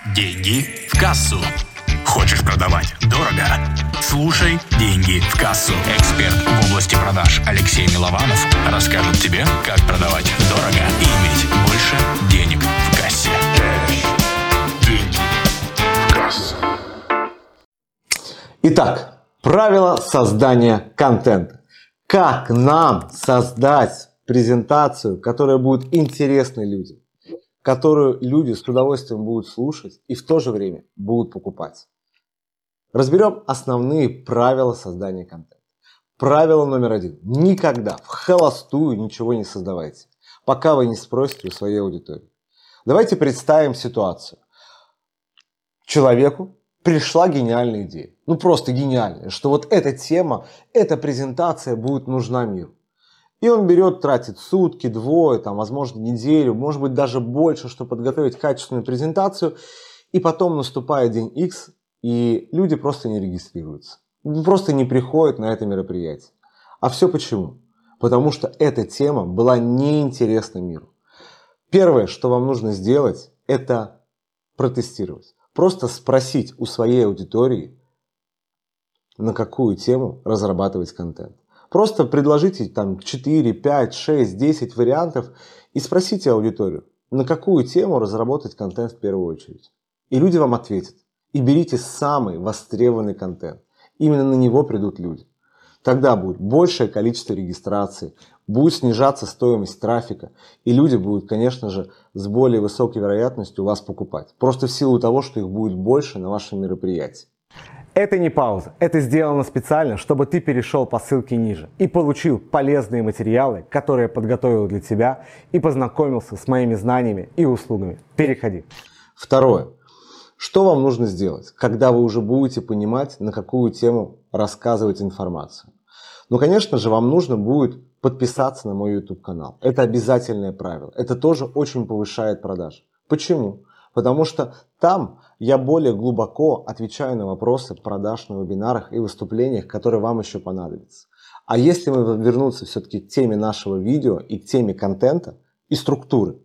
Деньги в кассу. Хочешь продавать дорого? Слушай «Деньги в кассу». Эксперт в области продаж Алексей Милованов расскажет тебе, как продавать дорого и иметь больше денег в кассе. Деньги в кассу. Итак, правила создания контента. Как нам создать презентацию, которая будет интересной людям, которую люди с удовольствием будут слушать и в то же время будут покупать. Разберем основные правила создания контента. Правило номер 1. Никогда в холостую ничего не создавайте, пока вы не спросите у своей аудитории. Давайте представим ситуацию. Человеку пришла гениальная идея. Ну просто гениальная, что вот эта тема, эта презентация будет нужна миру. И он берет, тратит сутки, двое, возможно, неделю, может быть, даже больше, чтобы подготовить качественную презентацию. И потом наступает день X, и люди просто не регистрируются. Просто не приходят на это мероприятие. А все почему? Потому что эта тема была неинтересна миру. Первое, что вам нужно сделать, это протестировать. Просто спросить у своей аудитории, на какую тему разрабатывать контент. Просто предложите 4, 5, 6, 10 вариантов и спросите аудиторию, на какую тему разработать контент в первую очередь. И люди вам ответят. И берите самый востребованный контент. Именно на него придут люди. Тогда будет большее количество регистраций, будет снижаться стоимость трафика, и люди будут, конечно же, с более высокой вероятностью вас покупать. Просто в силу того, что их будет больше на вашем мероприятии. Это не пауза, это сделано специально, чтобы ты перешел по ссылке ниже и получил полезные материалы, которые я подготовил для тебя, и познакомился с моими знаниями и услугами. Переходи. Второе. Что вам нужно сделать, когда вы уже будете понимать, на какую тему рассказывать информацию? Ну, конечно же, вам нужно будет подписаться на мой YouTube канал. Это обязательное правило. Это тоже очень повышает продажи. Почему? Потому что там я более глубоко отвечаю на вопросы продаж на вебинарах и выступлениях, которые вам еще понадобятся. А если мы вернуться все-таки к теме нашего видео и к теме контента и структуры,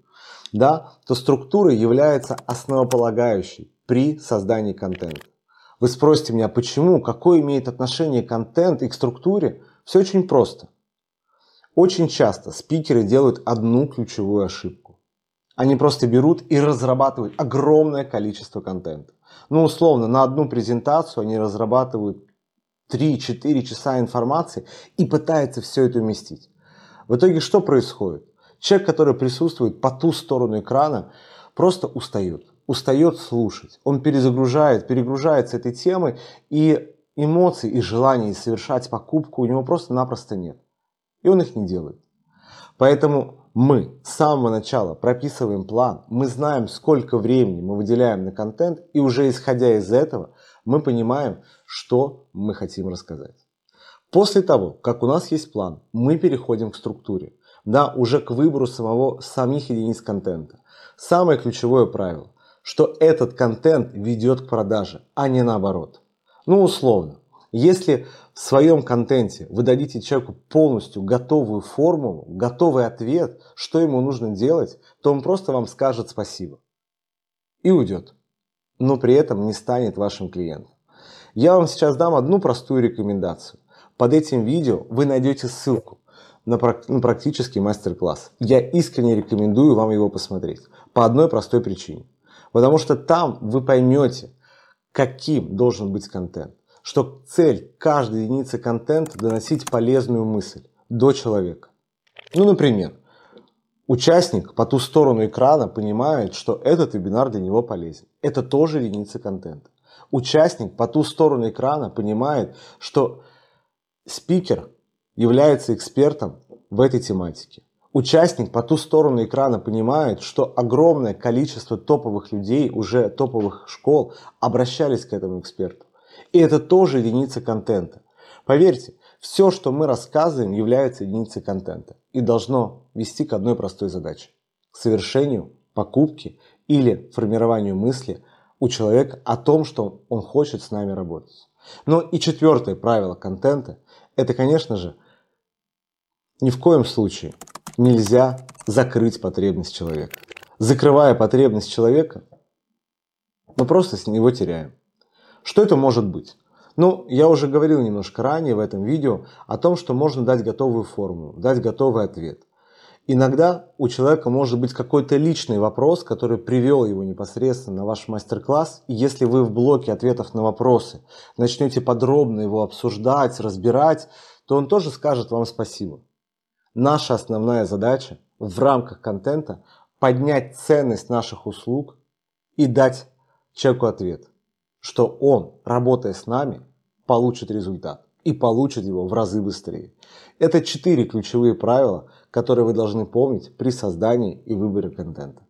то структура является основополагающей при создании контента. Вы спросите меня, почему, какое имеет отношение контент и к структуре? Все очень просто. Очень часто спикеры делают одну ключевую ошибку. Они просто берут и разрабатывают огромное количество контента. Ну, условно, на одну презентацию они разрабатывают 3-4 часа информации и пытаются все это уместить. В итоге что происходит? Человек, который присутствует по ту сторону экрана, просто устает. Устает слушать. Он перегружается этой темой, и эмоций и желаний совершать покупку у него просто-напросто нет. И он их не делает. Поэтому мы с самого начала прописываем план, мы знаем, сколько времени мы выделяем на контент, и уже исходя из этого мы понимаем, что мы хотим рассказать. После того, как у нас есть план, мы переходим к структуре, уже к выбору самих единиц контента. Самое ключевое правило, что этот контент ведет к продаже, а не наоборот. Ну, условно, если в своем контенте вы дадите человеку полностью готовую формулу, готовый ответ, что ему нужно делать, то он просто вам скажет спасибо и уйдет, но при этом не станет вашим клиентом. Я вам сейчас дам одну простую рекомендацию. Под этим видео вы найдете ссылку на практический мастер-класс. Я искренне рекомендую вам его посмотреть по одной простой причине. Потому что там вы поймете, каким должен быть контент. Что цель каждой единицы контента доносить полезную мысль до человека. Ну, например, участник по ту сторону экрана понимает, что этот вебинар для него полезен. Это тоже единица контента. Участник по ту сторону экрана понимает, что спикер является экспертом в этой тематике. Участник по ту сторону экрана понимает, что огромное количество топовых людей, уже топовых школ, обращались к этому эксперту. И это тоже единица контента. Поверьте, все, что мы рассказываем, является единицей контента и должно вести к одной простой задаче. К совершению покупки или формированию мысли у человека о том, что он хочет с нами работать. Но и четвертое правило контента – это, конечно же, ни в коем случае нельзя закрыть потребность человека. Закрывая потребность человека, Мы просто с него теряем. Что это может быть? Ну, я уже говорил немножко ранее в этом видео о том, что можно дать готовую формулу, дать готовый ответ. Иногда у человека может быть какой-то личный вопрос, который привел его непосредственно на ваш мастер-класс. И если вы в блоке ответов на вопросы начнете подробно его обсуждать, разбирать, то он тоже скажет вам спасибо. Наша основная задача в рамках контента поднять ценность наших услуг и дать человеку ответ, что он, работая с нами, получит результат и получит его в разы быстрее. Это 4 ключевые правила, которые вы должны помнить при создании и выборе контента.